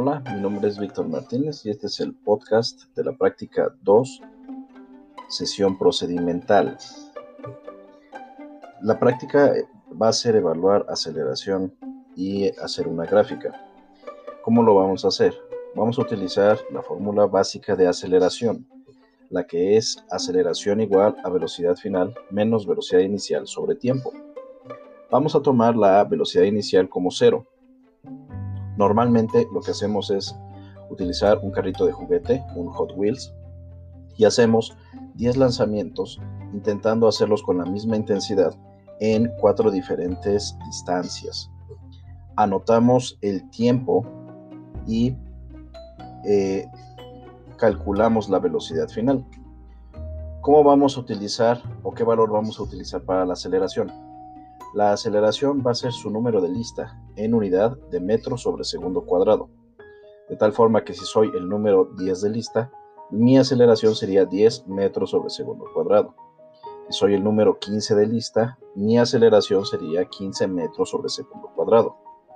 Hola, mi nombre es Víctor Martínez y este es el podcast de la práctica 2, sesión procedimental. La práctica va a ser evaluar aceleración y hacer una gráfica. ¿Cómo lo vamos a hacer? Vamos a utilizar la fórmula básica de aceleración, la que es aceleración igual a velocidad final menos velocidad inicial sobre tiempo. Vamos a tomar la velocidad inicial como 0. Normalmente lo que hacemos es utilizar un carrito de juguete, un Hot Wheels, y hacemos 10 lanzamientos intentando hacerlos con la misma intensidad en 4 diferentes distancias. Anotamos el tiempo y calculamos la velocidad final. ¿Cómo vamos a utilizar o qué valor vamos a utilizar para la aceleración? La aceleración va a ser su número de lista en unidad de metro sobre segundo cuadrado. De tal forma que si soy el número 10 de lista, mi aceleración sería 10 metros sobre segundo cuadrado. Si soy el número 15 de lista, mi aceleración sería 15 metros sobre segundo cuadrado.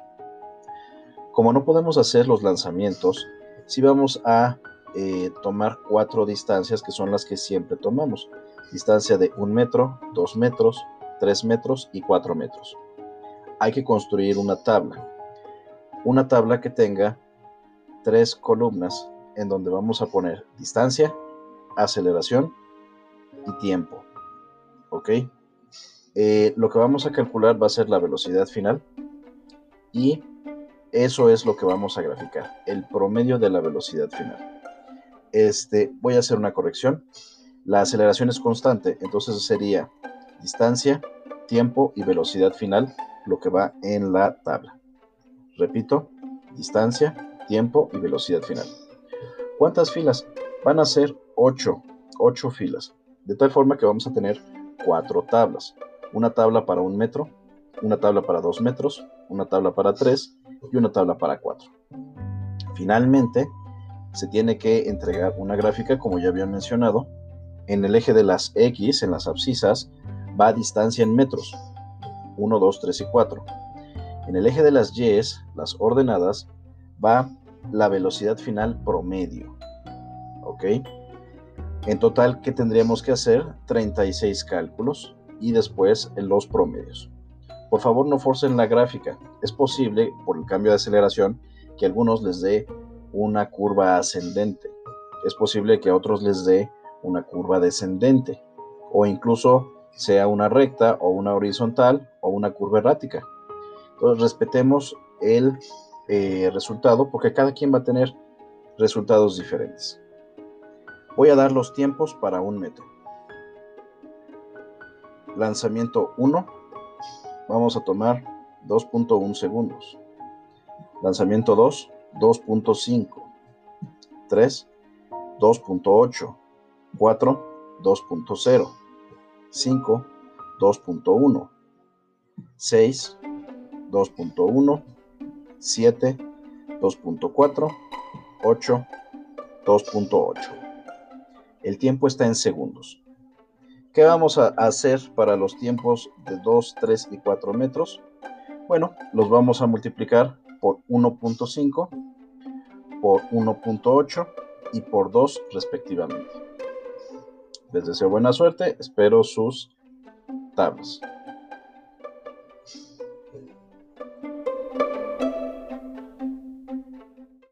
Como no podemos hacer los lanzamientos, sí vamos a tomar 4 distancias que son las que siempre tomamos. Distancia de 1 metro, 2 metros, 3 metros y 4 metros. Hay que construir una tabla que tenga 3 columnas en donde vamos a poner distancia, aceleración y tiempo. ¿Ok? Lo que vamos a calcular va a ser la velocidad final y eso es lo que vamos a graficar, el promedio de la velocidad final. Voy a hacer una corrección. La aceleración es constante, entonces sería distancia, tiempo y velocidad final lo que va en la tabla. Repito, distancia, tiempo y velocidad final. ¿Cuántas filas? Van a ser 8 filas, de tal forma que vamos a tener 4 tablas. Una tabla para 1 metro, una tabla para 2 metros, una tabla para 3 y una tabla para 4. Finalmente, se tiene que entregar una gráfica, como ya había mencionado. En el eje de las X, en las abscisas, va distancia en metros, 1, 2, 3 y 4. En el eje de las Y, las ordenadas, va la velocidad final promedio. ¿Ok? En total, ¿qué tendríamos que hacer? 36 cálculos y después los promedios. Por favor, no forcen la gráfica. Es posible, por el cambio de aceleración, que a algunos les dé una curva ascendente. Es posible que a otros les dé una curva descendente. O incluso sea una recta o una horizontal o una curva errática. Entonces, respetemos el resultado porque cada quien va a tener resultados diferentes. Voy a dar los tiempos para 1 metro. Lanzamiento 1. Vamos a tomar 2.1 segundos. Lanzamiento 2, 2.5. 3, 2.8. 4, 2.0. 5, 2.1. 6, 2.1. 7, 2.4. 8, 2.8. El tiempo está en segundos. ¿Qué vamos a hacer para los tiempos de 2, 3 y 4 metros? Bueno, los vamos a multiplicar por 1.5, por 1.8 y por 2 respectivamente. Les deseo buena suerte, espero sus tablas.